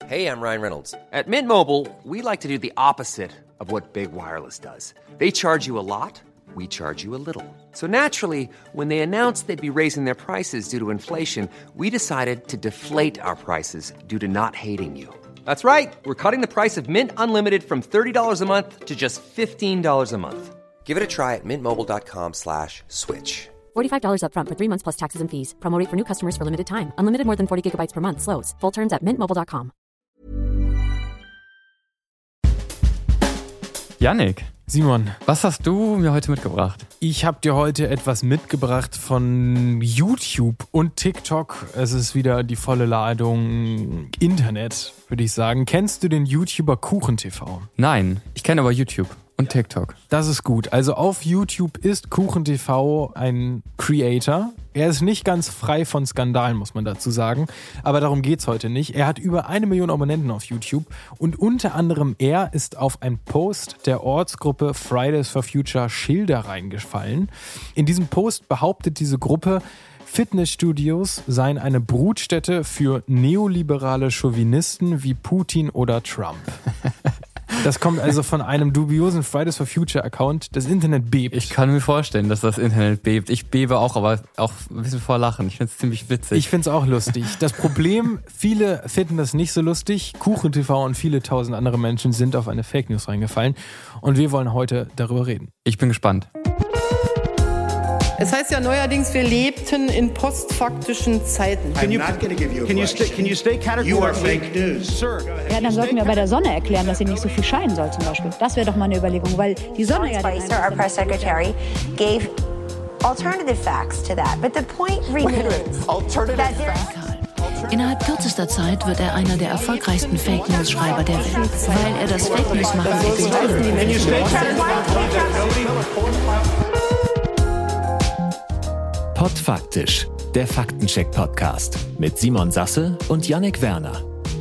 Hey, I'm Ryan Reynolds. At Mint Mobile, we like to do the opposite of what Big Wireless does. They charge you a lot, we charge you a little. So naturally, when they announced they'd be raising their prices due to inflation, we decided to deflate our prices due to not hating you. That's right. We're cutting the price of Mint Unlimited from $30 a month to just $15 a month. Give it a try at mintmobile.com/switch. $45 up front for 3 months plus taxes and fees. Promo rate for new customers for limited time. Unlimited more than 40 gigabytes per month. Slows full terms at mintmobile.com. Yannick, Simon, was hast du mir heute mitgebracht? ich habe dir heute etwas mitgebracht von YouTube und TikTok. Es ist wieder die volle Ladung Internet, würde ich sagen. Kennst du den YouTuber KuchenTV? Nein, ich kenne aber YouTube und TikTok. Das ist gut. Also auf YouTube ist KuchenTV ein Creator. Er ist nicht ganz frei von Skandalen, muss man dazu sagen. Aber darum geht's heute nicht. Er hat über 1 Million Abonnenten auf YouTube. Und unter anderem er ist auf einen Post der Ortsgruppe Fridays for Future Schilder reingefallen. In diesem Post behauptet diese Gruppe, Fitnessstudios seien eine Brutstätte für neoliberale Chauvinisten wie Putin oder Trump. Das kommt also von einem dubiosen Fridays for Future Account. Das Internet bebt. Ich kann mir vorstellen, dass das Internet bebt. Ich bebe auch, aber auch ein bisschen vor Lachen. Ich finde es ziemlich witzig. Ich finde es auch lustig. Das Problem, viele finden das nicht so lustig. KuchenTV und viele tausend andere Menschen sind auf eine Fake News reingefallen. Und wir wollen heute darüber reden. Ich bin gespannt. Es heißt ja neuerdings, wir lebten in postfaktischen Zeiten. Can you stay categorically? You are fake news. Sir, Ja, dann sollten wir bei der Sonne erklären, dass sie nicht so viel scheinen soll zum Beispiel. Das wäre doch mal eine Überlegung, weil die Sonne ja... Spicer, our press secretary, gave alternative facts to that. But the point remains that Innerhalb kürzester Zeit wird er einer der erfolgreichsten Fake News Schreiber der Welt, weil er das Fake News machen Podfaktisch, der Faktencheck-Podcast mit Simon Sasse und Yannick Werner.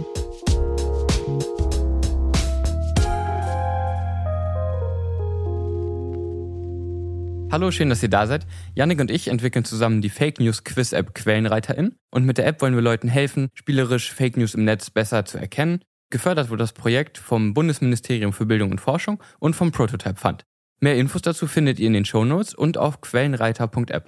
Hallo, schön, dass ihr da seid. Yannick und ich entwickeln zusammen die Fake News Quiz-App Quellenreiterin. Und mit der App wollen wir Leuten helfen, spielerisch Fake News im Netz besser zu erkennen. Gefördert wurde das Projekt vom Bundesministerium für Bildung und Forschung und vom Prototype Fund. Mehr Infos dazu findet ihr in den Shownotes und auf quellenreiter.app.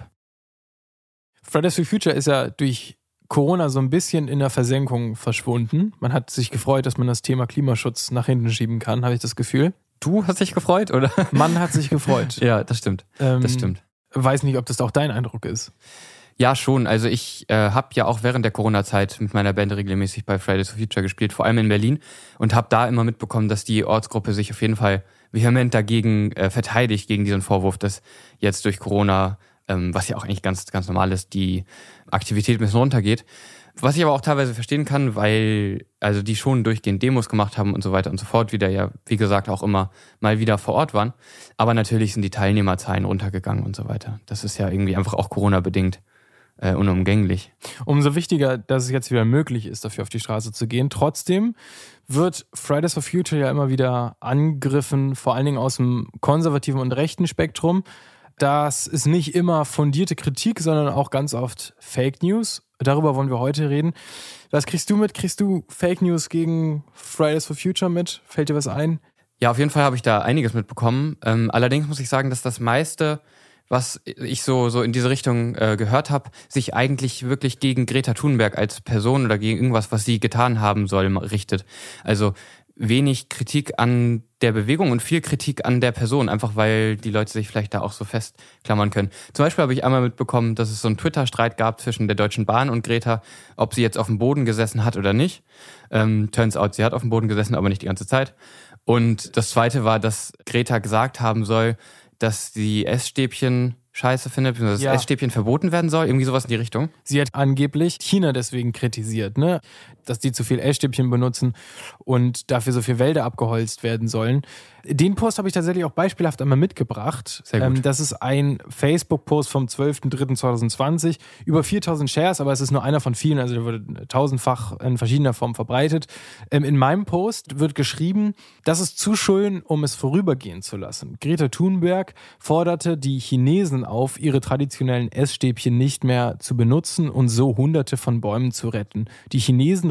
Fridays for Future ist ja durch Corona so ein bisschen in der Versenkung verschwunden. Man hat sich gefreut, dass man das Thema Klimaschutz nach hinten schieben kann, habe ich das Gefühl. Du hast dich gefreut, oder? Man hat sich gefreut. Ja, das stimmt. Das stimmt. Weiß nicht, ob das auch dein Eindruck ist. Ja, schon. Also ich habe ja auch während der Corona-Zeit mit meiner Band regelmäßig bei Fridays for Future gespielt, vor allem in Berlin. Und habe da immer mitbekommen, dass die Ortsgruppe sich auf jeden Fall vehement dagegen verteidigt, gegen diesen Vorwurf, dass jetzt durch Corona, was ja auch eigentlich ganz, ganz normal ist, die Aktivität ein bisschen runtergeht. Was ich aber auch teilweise verstehen kann, weil also die schon durchgehend Demos gemacht haben und so weiter und so fort, wieder ja, wie gesagt, auch immer mal wieder vor Ort waren. Aber natürlich sind die Teilnehmerzahlen runtergegangen und so weiter. Das ist ja irgendwie einfach auch Corona-bedingt unumgänglich. Umso wichtiger, dass es jetzt wieder möglich ist, dafür auf die Straße zu gehen. Trotzdem wird Fridays for Future ja immer wieder angegriffen, vor allen Dingen aus dem konservativen und rechten Spektrum. Das ist nicht immer fundierte Kritik, sondern auch ganz oft Fake News. Darüber wollen wir heute reden. Was kriegst du mit? Kriegst du Fake News gegen Fridays for Future mit? Fällt dir was ein? Ja, auf jeden Fall habe ich da einiges mitbekommen. Allerdings muss ich sagen, dass das meiste, was ich so in diese Richtung gehört habe, sich eigentlich wirklich gegen Greta Thunberg als Person oder gegen irgendwas, was sie getan haben soll, richtet. Also wenig Kritik an der Bewegung und viel Kritik an der Person, einfach weil die Leute sich vielleicht da auch so festklammern können. Zum Beispiel habe ich einmal mitbekommen, dass es so einen Twitter-Streit gab zwischen der Deutschen Bahn und Greta, ob sie jetzt auf dem Boden gesessen hat oder nicht. Turns out, sie hat auf dem Boden gesessen, aber nicht die ganze Zeit. Und das Zweite war, dass Greta gesagt haben soll, dass die Essstäbchen scheiße findet, beziehungsweise das Essstäbchen verboten werden soll, irgendwie sowas in die Richtung. Sie hat angeblich China deswegen kritisiert, ne? Dass die zu viel Essstäbchen benutzen und dafür so viel Wälder abgeholzt werden sollen. Den Post habe ich tatsächlich auch beispielhaft einmal mitgebracht. Sehr gut. Das ist ein Facebook-Post vom 12.03.2020. Über 4000 Shares, aber es ist nur einer von vielen, also der wurde tausendfach in verschiedener Form verbreitet. In meinem Post wird geschrieben, das ist zu schön, um es vorübergehen zu lassen. Greta Thunberg forderte die Chinesen auf, ihre traditionellen Essstäbchen nicht mehr zu benutzen und so Hunderte von Bäumen zu retten. Die Chinesen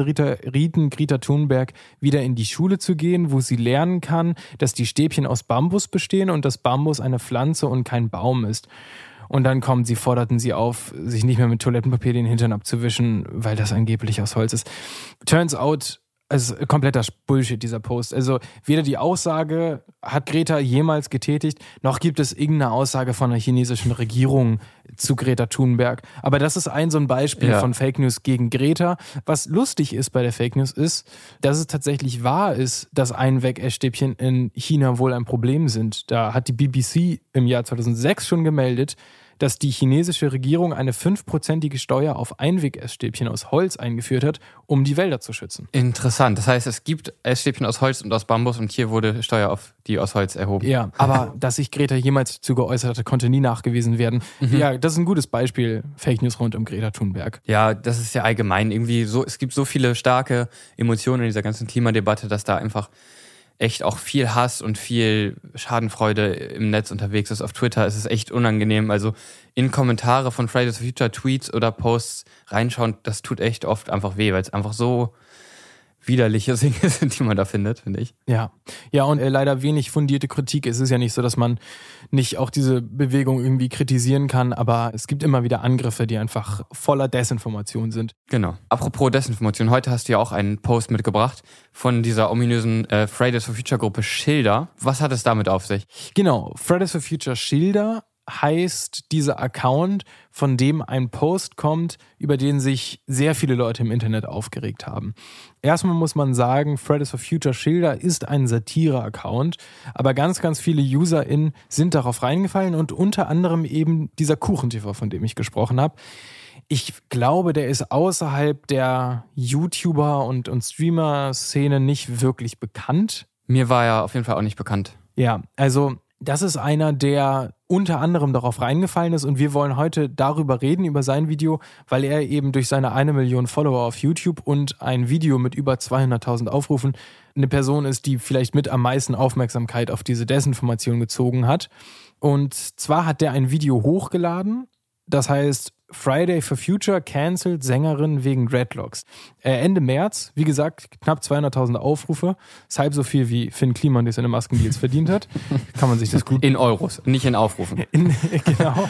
rieten Greta Thunberg, wieder in die Schule zu gehen, wo sie lernen kann, dass die Stäbchen aus Bambus bestehen und dass Bambus eine Pflanze und kein Baum ist. Und dann forderten sie auf, sich nicht mehr mit Toilettenpapier den Hintern abzuwischen, weil das angeblich aus Holz ist. Turns out, es ist kompletter Bullshit, dieser Post. Also weder die Aussage hat Greta jemals getätigt, noch gibt es irgendeine Aussage von der chinesischen Regierung zu Greta Thunberg. Aber das ist so ein Beispiel von Fake News gegen Greta. Was lustig ist bei der Fake News ist, dass es tatsächlich wahr ist, dass Einweg-Essstäbchen in China wohl ein Problem sind. Da hat die BBC im Jahr 2006 schon gemeldet, dass die chinesische Regierung eine 5%ige Steuer auf Einweg-Essstäbchen aus Holz eingeführt hat, um die Wälder zu schützen. Interessant. Das heißt, es gibt Essstäbchen aus Holz und aus Bambus und hier wurde Steuer auf die aus Holz erhoben. Ja, aber dass sich Greta jemals dazu geäußert hatte, konnte nie nachgewiesen werden. Ja, das ist ein gutes Beispiel, Fake News rund um Greta Thunberg. Ja, das ist ja allgemein irgendwie so, es gibt so viele starke Emotionen in dieser ganzen Klimadebatte, dass da einfach echt auch viel Hass und viel Schadenfreude im Netz unterwegs ist. Auf Twitter ist es echt unangenehm. Also in Kommentare von Fridays for Future Tweets oder Posts reinschauen, das tut echt oft einfach weh, weil es einfach so widerliche Dinge sind, die man da findet, finde ich. Ja, und leider wenig fundierte Kritik. Es ist ja nicht so, dass man nicht auch diese Bewegung irgendwie kritisieren kann, aber es gibt immer wieder Angriffe, die einfach voller Desinformation sind. Genau. Apropos Desinformation, heute hast du ja auch einen Post mitgebracht von dieser ominösen Fridays for Future Gruppe Schilder. Was hat es damit auf sich? Genau, Fridays for Future Schilder heißt dieser Account, von dem ein Post kommt, über den sich sehr viele Leute im Internet aufgeregt haben. Erstmal muss man sagen, Fridays for Future Schilder ist ein Satire-Account, aber ganz, ganz viele UserInnen sind darauf reingefallen und unter anderem eben dieser KuchenTV, von dem ich gesprochen habe. Ich glaube, der ist außerhalb der YouTuber- und Streamer-Szene nicht wirklich bekannt. Mir war er auf jeden Fall auch nicht bekannt. Ja, also das ist einer, der unter anderem darauf reingefallen ist und wir wollen heute darüber reden, über sein Video, weil er eben durch seine 1 Million Follower auf YouTube und ein Video mit über 200.000 Aufrufen eine Person ist, die vielleicht mit am meisten Aufmerksamkeit auf diese Desinformation gezogen hat. Und zwar hat der ein Video hochgeladen, das heißt Friday for Future cancelt Sängerin wegen Dreadlocks. Ende März, wie gesagt, knapp 200.000 Aufrufe. Das ist halb so viel, wie Finn Kliman das in den Maskendeals verdient hat. Kann man sich das gut... In Euros, nicht in Aufrufen. Genau.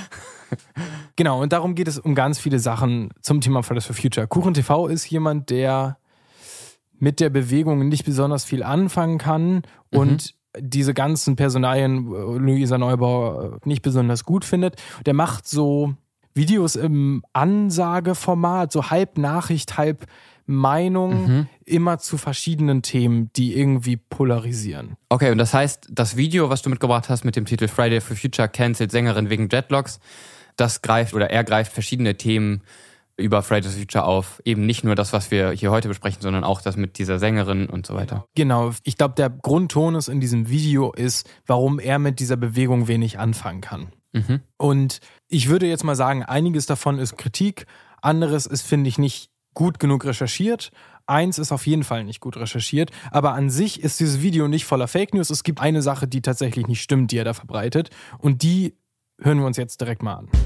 Genau, und darum geht es um ganz viele Sachen zum Thema Fridays for Future. KuchenTV ist jemand, der mit der Bewegung nicht besonders viel anfangen kann und diese ganzen Personalien Luisa Neubauer nicht besonders gut findet. Der macht so Videos im Ansageformat, so halb Nachricht, halb Meinung, immer zu verschiedenen Themen, die irgendwie polarisieren. Okay, und das heißt, das Video, was du mitgebracht hast mit dem Titel Friday for Future cancelt Sängerin wegen Dreadlocks, er greift verschiedene Themen über Fridays for Future auf. Eben nicht nur das, was wir hier heute besprechen, sondern auch das mit dieser Sängerin und so weiter. Genau. Ich glaube, der Grundtonus in diesem Video ist, warum er mit dieser Bewegung wenig anfangen kann. Und ich würde jetzt mal sagen, einiges davon ist Kritik, anderes ist, finde ich, nicht gut genug recherchiert. Eins ist auf jeden Fall nicht gut recherchiert, aber an sich ist dieses Video nicht voller Fake News. Es gibt eine Sache, die tatsächlich nicht stimmt, die er da verbreitet und die hören wir uns jetzt direkt mal an.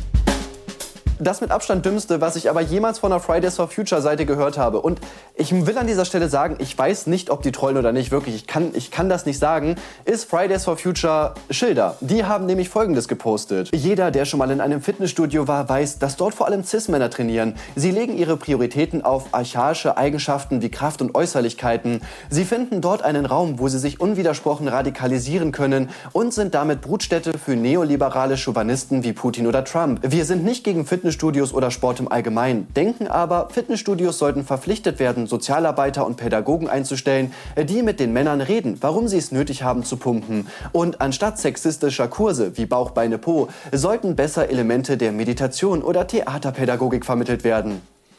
Das mit Abstand Dümmste, was ich aber jemals von der Fridays for Future Seite gehört habe. Und ich will an dieser Stelle sagen, ich weiß nicht, ob die trollen oder nicht, wirklich, ich kann das nicht sagen, ist Fridays for Future Schilder. Die haben nämlich Folgendes gepostet. Jeder, der schon mal in einem Fitnessstudio war, weiß, dass dort vor allem Cis-Männer trainieren. Sie legen ihre Prioritäten auf archaische Eigenschaften wie Kraft und Äußerlichkeiten. Sie finden dort einen Raum, wo sie sich unwidersprochen radikalisieren können und sind damit Brutstätte für neoliberale Chauvinisten wie Putin oder Trump. Wir sind nicht gegen Fitnessstudios oder Sport im Allgemeinen, denken aber, Fitnessstudios sollten verpflichtet werden, Sozialarbeiter und Pädagogen einzustellen, die mit den Männern reden, warum sie es nötig haben zu pumpen. Und anstatt sexistischer Kurse wie Bauch, Beine, Po, sollten besser Elemente der Meditation oder Theaterpädagogik vermittelt werden.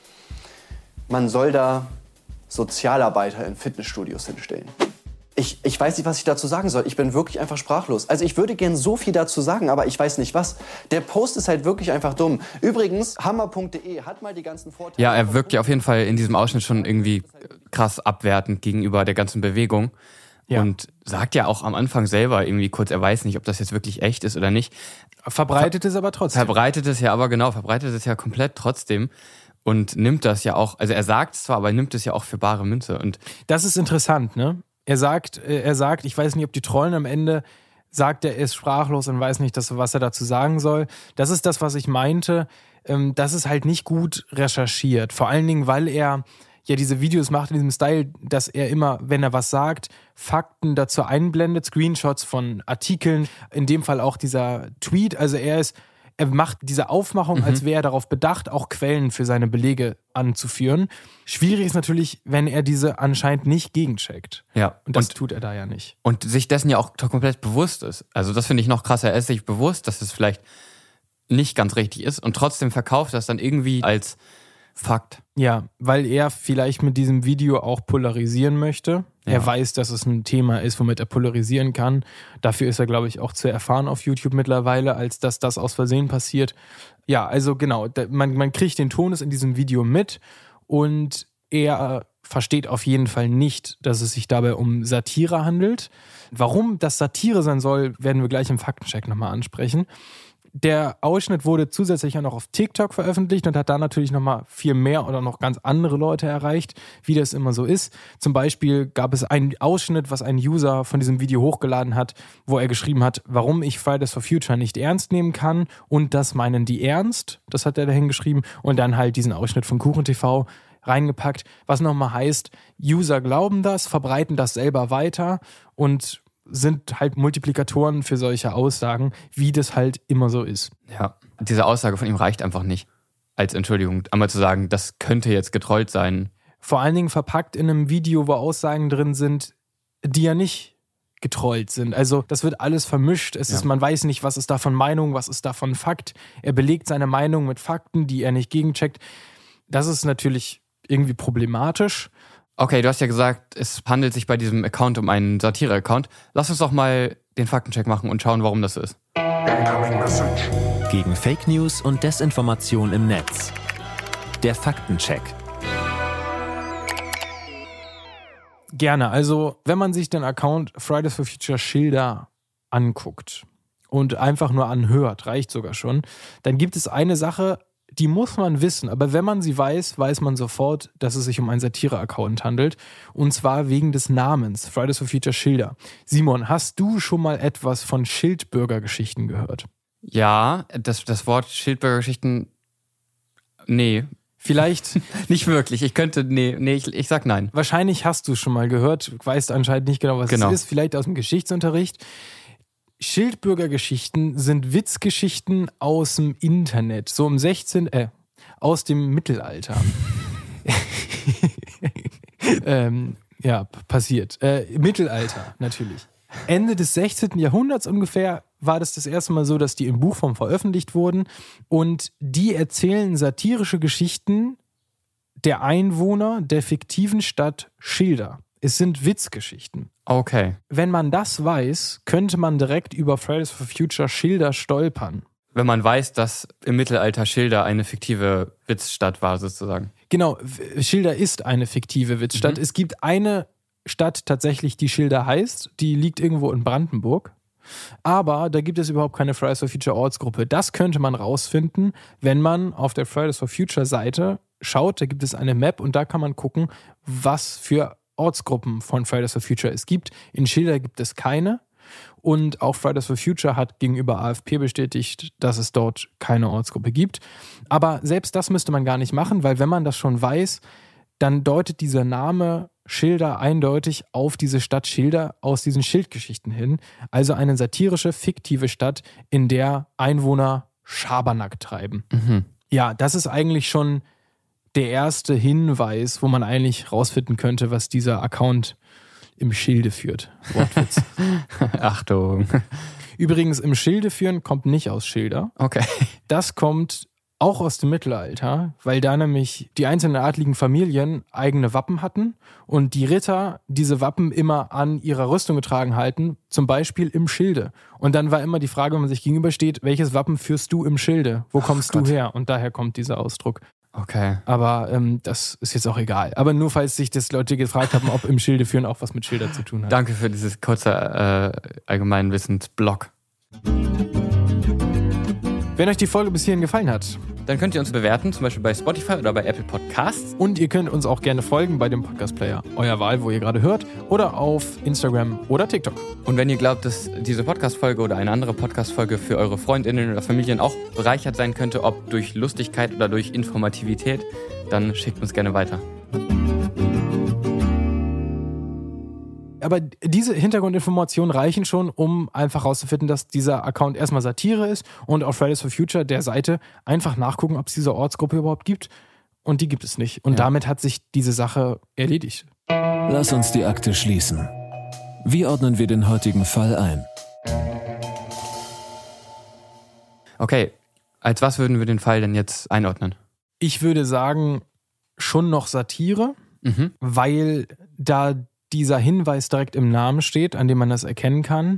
Man soll da Sozialarbeiter in Fitnessstudios hinstellen. Ich weiß nicht, was ich dazu sagen soll. Ich bin wirklich einfach sprachlos. Also ich würde gern so viel dazu sagen, aber ich weiß nicht was. Der Post ist halt wirklich einfach dumm. Übrigens, hammer.de hat mal die ganzen Vorteile... Ja, er wirkt ja auf jeden Fall in diesem Ausschnitt schon irgendwie krass abwertend gegenüber der ganzen Bewegung. Ja. Und sagt ja auch am Anfang selber irgendwie kurz, er weiß nicht, ob das jetzt wirklich echt ist oder nicht. Verbreitet es aber trotzdem. Verbreitet es ja komplett trotzdem. und nimmt das ja auch, also er sagt es zwar, aber er nimmt es ja auch für bare Münze. Und das ist interessant, ne? Er sagt, ich weiß nicht, ob die trollen, am Ende sagt er ist sprachlos und weiß nicht, was er dazu sagen soll. Das ist das, was ich meinte. Das ist halt nicht gut recherchiert. Vor allen Dingen, weil er ja diese Videos macht in diesem Style, dass er immer, wenn er was sagt, Fakten dazu einblendet, Screenshots von Artikeln, in dem Fall auch dieser Tweet. Also er macht diese Aufmachung, als wäre er darauf bedacht, auch Quellen für seine Belege anzuführen. Schwierig ist natürlich, wenn er diese anscheinend nicht gegencheckt. Ja. Und das tut er da ja nicht. Und sich dessen ja auch komplett bewusst ist. Also das finde ich noch krasser. Er ist sich bewusst, dass es vielleicht nicht ganz richtig ist und trotzdem verkauft das dann irgendwie als Fakt. Ja, weil er vielleicht mit diesem Video auch polarisieren möchte. Ja. Er weiß, dass es ein Thema ist, womit er polarisieren kann. Dafür ist er, glaube ich, auch zu erfahren auf YouTube mittlerweile, als dass das aus Versehen passiert. Ja, also genau, man kriegt den Tonus in diesem Video mit und er versteht auf jeden Fall nicht, dass es sich dabei um Satire handelt. Warum das Satire sein soll, werden wir gleich im Faktencheck nochmal ansprechen. Der Ausschnitt wurde zusätzlich auch noch auf TikTok veröffentlicht und hat da natürlich nochmal viel mehr oder noch ganz andere Leute erreicht, wie das immer so ist. Zum Beispiel gab es einen Ausschnitt, was ein User von diesem Video hochgeladen hat, wo er geschrieben hat, warum ich Fridays for Future nicht ernst nehmen kann und das meinen die ernst. Das hat er dahin geschrieben und dann halt diesen Ausschnitt von KuchenTV reingepackt, was nochmal heißt, User glauben das, verbreiten das selber weiter und sind halt Multiplikatoren für solche Aussagen, wie das halt immer so ist. Ja, diese Aussage von ihm reicht einfach nicht als Entschuldigung, einmal zu sagen, das könnte jetzt getrollt sein. Vor allen Dingen verpackt in einem Video, wo Aussagen drin sind, die ja nicht getrollt sind. Also das wird alles vermischt. Man weiß nicht, was ist davon Meinung, was ist davon Fakt. Er belegt seine Meinung mit Fakten, die er nicht gegencheckt. Das ist natürlich irgendwie problematisch. Okay, du hast ja gesagt, es handelt sich bei diesem Account um einen Satire-Account. Lass uns doch mal den Faktencheck machen und schauen, warum das so ist. Gegen Fake News und Desinformation im Netz. Der Faktencheck. Gerne. Also, wenn man sich den Account Fridays for Future Schilder anguckt und einfach nur anhört, reicht sogar schon, dann gibt es eine Sache, die muss man wissen, aber wenn man sie weiß, weiß man sofort, dass es sich um einen Satire-Account handelt. Und zwar wegen des Namens, Fridays for Future Schilder. Simon, hast du schon mal etwas von Schildbürgergeschichten gehört? Ja, das Wort Schildbürgergeschichten, nee. Vielleicht nicht wirklich. Ich sag nein. Wahrscheinlich hast du es schon mal gehört, weißt anscheinend nicht genau, was es ist, vielleicht aus dem Geschichtsunterricht. Schildbürgergeschichten sind Witzgeschichten aus dem Internet, so aus dem Mittelalter. Passiert. Mittelalter, natürlich. Ende des 16. Jahrhunderts ungefähr war das erste Mal so, dass die in Buchform veröffentlicht wurden und die erzählen satirische Geschichten der Einwohner der fiktiven Stadt Schilder. Es sind Witzgeschichten. Okay. Wenn man das weiß, könnte man direkt über Fridays for Future Schilder stolpern. Wenn man weiß, dass im Mittelalter Schilder eine fiktive Witzstadt war, sozusagen. Genau, Schilder ist eine fiktive Witzstadt. Es gibt eine Stadt tatsächlich, die Schilder heißt. Die liegt irgendwo in Brandenburg. Aber da gibt es überhaupt keine Fridays for Future Ortsgruppe. Das könnte man rausfinden, wenn man auf der Fridays for Future Seite schaut. Da gibt es eine Map und da kann man gucken, was für Ortsgruppen von Fridays for Future es gibt. In Schilder gibt es keine. Und auch Fridays for Future hat gegenüber AfP bestätigt, dass es dort keine Ortsgruppe gibt. Aber selbst das müsste man gar nicht machen, weil wenn man das schon weiß, dann deutet dieser Name Schilder eindeutig auf diese Stadt Schilder aus diesen Schildgeschichten hin. Also eine satirische, fiktive Stadt, in der Einwohner Schabernack treiben. Ja, das ist eigentlich schon der erste Hinweis, wo man eigentlich rausfinden könnte, was dieser Account im Schilde führt. Wortwitz. Achtung. Übrigens, im Schilde führen kommt nicht aus Schilder. Okay. Das kommt auch aus dem Mittelalter, weil da nämlich die einzelnen adligen Familien eigene Wappen hatten und die Ritter diese Wappen immer an ihrer Rüstung getragen halten, zum Beispiel im Schilde. Und dann war immer die Frage, wenn man sich gegenübersteht, welches Wappen führst du im Schilde? Wo kommst du her? Und daher kommt dieser Ausdruck. Okay. Aber das ist jetzt auch egal. Aber nur falls sich das Leute gefragt haben, ob im Schilde führen auch was mit Schilder zu tun hat. Danke für dieses kurze Allgemeinwissensblock. Wenn euch die Folge bis hierhin gefallen hat, dann könnt ihr uns bewerten, zum Beispiel bei Spotify oder bei Apple Podcasts. Und ihr könnt uns auch gerne folgen bei dem Podcast-Player eurer Wahl, wo ihr gerade hört, oder auf Instagram oder TikTok. Und wenn ihr glaubt, dass diese Podcast-Folge oder eine andere Podcast-Folge für eure FreundInnen oder Familien auch bereichert sein könnte, ob durch Lustigkeit oder durch Informativität, dann schickt uns gerne weiter. Aber diese Hintergrundinformationen reichen schon, um einfach herauszufinden, dass dieser Account erstmal Satire ist und auf Fridays for Future der Seite einfach nachgucken, ob es diese Ortsgruppe überhaupt gibt. Und die gibt es nicht. Und damit hat sich diese Sache erledigt. Lass uns die Akte schließen. Wie ordnen wir den heutigen Fall ein? Okay, als was würden wir den Fall denn jetzt einordnen? Ich würde sagen, schon noch Satire, weil da dieser Hinweis direkt im Namen steht, an dem man das erkennen kann.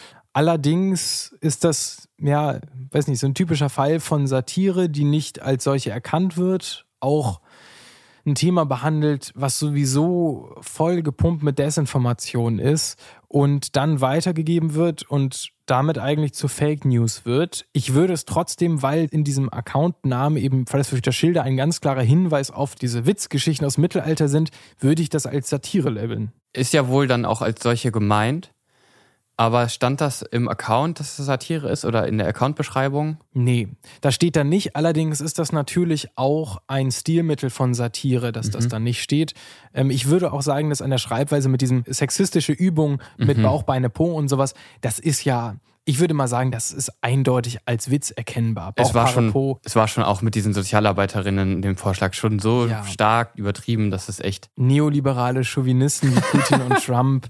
Allerdings ist das, ja, weiß nicht, so ein typischer Fall von Satire, die nicht als solche erkannt wird, auch ein Thema behandelt, was sowieso voll gepumpt mit Desinformation ist und dann weitergegeben wird und damit eigentlich zu Fake News wird. Ich würde es trotzdem, weil in diesem Account-Namen eben Fridays for Future Schilder ein ganz klarer Hinweis auf diese Witzgeschichten aus dem Mittelalter sind, würde ich das als Satire labeln. Ist ja wohl dann auch als solche gemeint. Aber stand das im Account, dass es Satire ist oder in der Account-Beschreibung? Nee, da steht dann nicht. Allerdings ist das natürlich auch ein Stilmittel von Satire, dass das dann nicht steht. Ich würde auch sagen, dass an der Schreibweise mit diesem sexistische Übung mit Bauch, Beine, Po und sowas, das ist ja, ich würde mal sagen, das ist eindeutig als Witz erkennbar. Bauch, es war schon auch mit diesen Sozialarbeiterinnen dem Vorschlag schon so stark übertrieben, dass es echt... Neoliberale Chauvinisten wie Putin und Trump...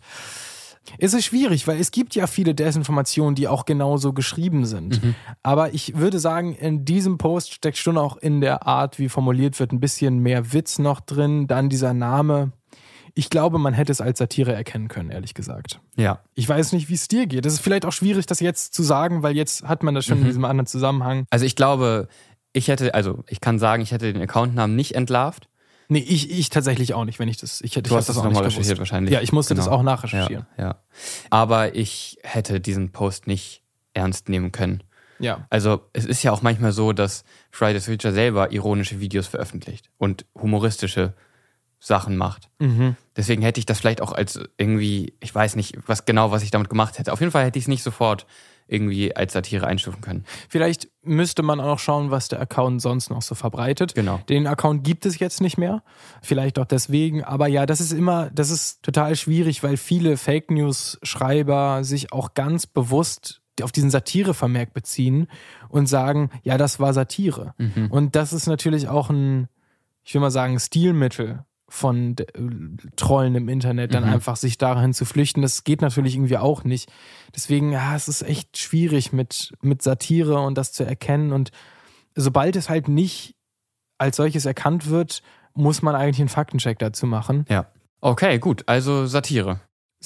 Es ist schwierig, weil es gibt ja viele Desinformationen, die auch genauso geschrieben sind. Aber ich würde sagen, in diesem Post steckt schon auch in der Art, wie formuliert wird, ein bisschen mehr Witz noch drin. Dann dieser Name. Ich glaube, man hätte es als Satire erkennen können, ehrlich gesagt. Ja. Ich weiß nicht, wie es dir geht. Es ist vielleicht auch schwierig, das jetzt zu sagen, weil jetzt hat man das schon in diesem anderen Zusammenhang. Also ich glaube, ich kann sagen, ich hätte den Accountnamen nicht entlarvt. Nee, ich tatsächlich auch nicht, wenn ich das... Ich du hast das nochmal recherchiert wahrscheinlich. Ja, ich musste das auch nachrecherchieren. Ja. Aber ich hätte diesen Post nicht ernst nehmen können. Ja. Also es ist ja auch manchmal so, dass Fridays for Future selber ironische Videos veröffentlicht und humoristische Sachen macht. Deswegen hätte ich das vielleicht auch als irgendwie, ich weiß nicht, was ich damit gemacht hätte. Auf jeden Fall hätte ich es nicht sofort irgendwie als Satire einstufen können. Vielleicht müsste man auch noch schauen, was der Account sonst noch so verbreitet. Genau. Den Account gibt es jetzt nicht mehr. Vielleicht auch deswegen. Aber ja, das ist total schwierig, weil viele Fake News Schreiber sich auch ganz bewusst auf diesen Satire-Vermerk beziehen und sagen, ja, das war Satire. Und das ist natürlich auch ich will mal sagen, Stilmittel von Trollen im Internet, dann einfach sich dahin zu flüchten. Das geht natürlich irgendwie auch nicht. Deswegen, ja, es ist echt schwierig mit Satire und das zu erkennen. Und sobald es halt nicht als solches erkannt wird, muss man eigentlich einen Faktencheck dazu machen. Ja. Okay, gut. Also Satire.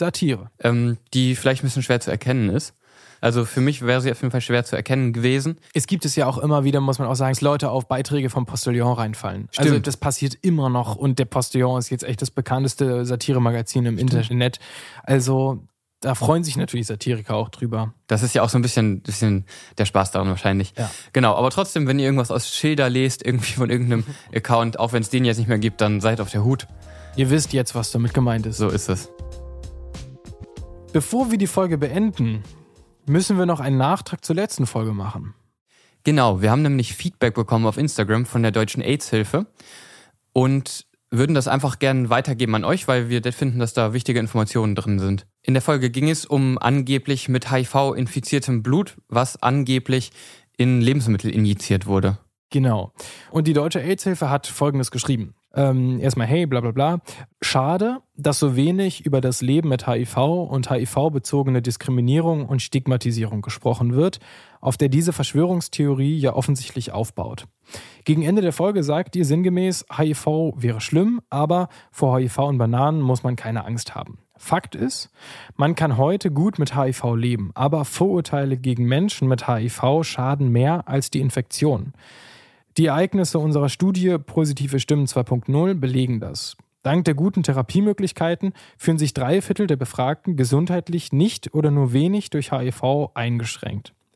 Die vielleicht ein bisschen schwer zu erkennen ist. Also für mich wäre sie auf jeden Fall schwer zu erkennen gewesen. Es gibt es ja auch immer wieder, muss man auch sagen, dass Leute auf Beiträge vom Postillon reinfallen. Stimmt. Also das passiert immer noch und der Postillon ist jetzt echt das bekannteste Satiremagazin im Internet. Also da freuen sich natürlich Satiriker auch drüber. Das ist ja auch so ein bisschen der Spaß daran wahrscheinlich. Ja. Genau, aber trotzdem, wenn ihr irgendwas aus Schilder lest, irgendwie von irgendeinem Account, auch wenn es den jetzt nicht mehr gibt, dann seid auf der Hut. Ihr wisst jetzt, was damit gemeint ist. So ist es. Bevor wir die Folge beenden, müssen wir noch einen Nachtrag zur letzten Folge machen. Genau, wir haben nämlich Feedback bekommen auf Instagram von der Deutschen AIDS-Hilfe und würden das einfach gerne weitergeben an euch, weil wir finden, dass da wichtige Informationen drin sind. In der Folge ging es um angeblich mit HIV infiziertem Blut, was angeblich in Lebensmittel injiziert wurde. Genau. Und die Deutsche AIDS-Hilfe hat Folgendes geschrieben. Erstmal, hey, bla bla bla. Schade, dass so wenig über das Leben mit HIV und HIV-bezogene Diskriminierung und Stigmatisierung gesprochen wird, auf der diese Verschwörungstheorie ja offensichtlich aufbaut. Gegen Ende der Folge sagt ihr sinngemäß, HIV wäre schlimm, aber vor HIV und Bananen muss man keine Angst haben. Fakt ist, man kann heute gut mit HIV leben, aber Vorurteile gegen Menschen mit HIV schaden mehr als die Infektion. Die Ereignisse unserer Studie Positive Stimmen 2.0 belegen das. Dank der guten Therapiemöglichkeiten fühlen sich 3/4 der Befragten gesundheitlich nicht oder nur wenig durch HIV eingeschränkt.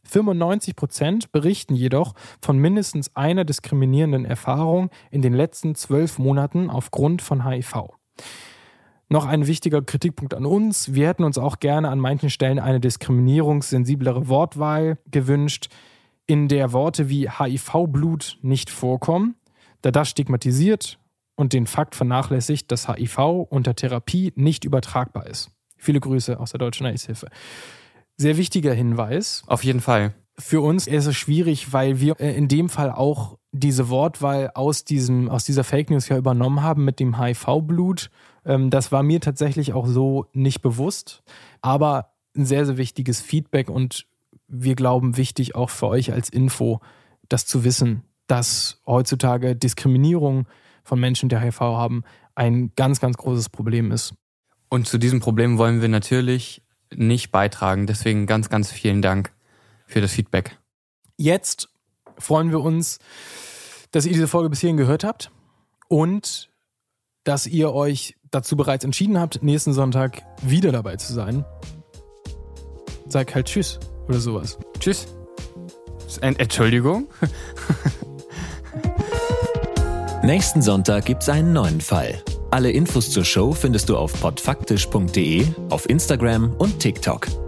95% berichten jedoch von mindestens einer diskriminierenden Erfahrung in den letzten 12 Monaten aufgrund von HIV. Noch ein wichtiger Kritikpunkt an uns. Wir hätten uns auch gerne an manchen Stellen eine diskriminierungssensiblere Wortwahl gewünscht, in der Worte wie HIV-Blut nicht vorkommen, da das stigmatisiert und den Fakt vernachlässigt, dass HIV unter Therapie nicht übertragbar ist. Viele Grüße aus der Deutschen AIDS-Hilfe. Sehr wichtiger Hinweis. Auf jeden Fall. Für uns ist es schwierig, weil wir in dem Fall auch diese Wortwahl aus dieser Fake News ja übernommen haben mit dem HIV-Blut. Das war mir tatsächlich auch so nicht bewusst. Aber ein sehr, sehr wichtiges Feedback und wir glauben wichtig auch für euch als Info, das zu wissen, dass heutzutage Diskriminierung von Menschen, die HIV haben, ein ganz, ganz großes Problem ist. Und zu diesem Problem wollen wir natürlich nicht beitragen. Deswegen ganz, ganz vielen Dank für das Feedback. Jetzt freuen wir uns, dass ihr diese Folge bis hierhin gehört habt und dass ihr euch dazu bereits entschieden habt, nächsten Sonntag wieder dabei zu sein. Sag halt Tschüss oder sowas. Tschüss. Entschuldigung. Nächsten Sonntag gibt's einen neuen Fall. Alle Infos zur Show findest du auf podfaktisch.de, auf Instagram und TikTok.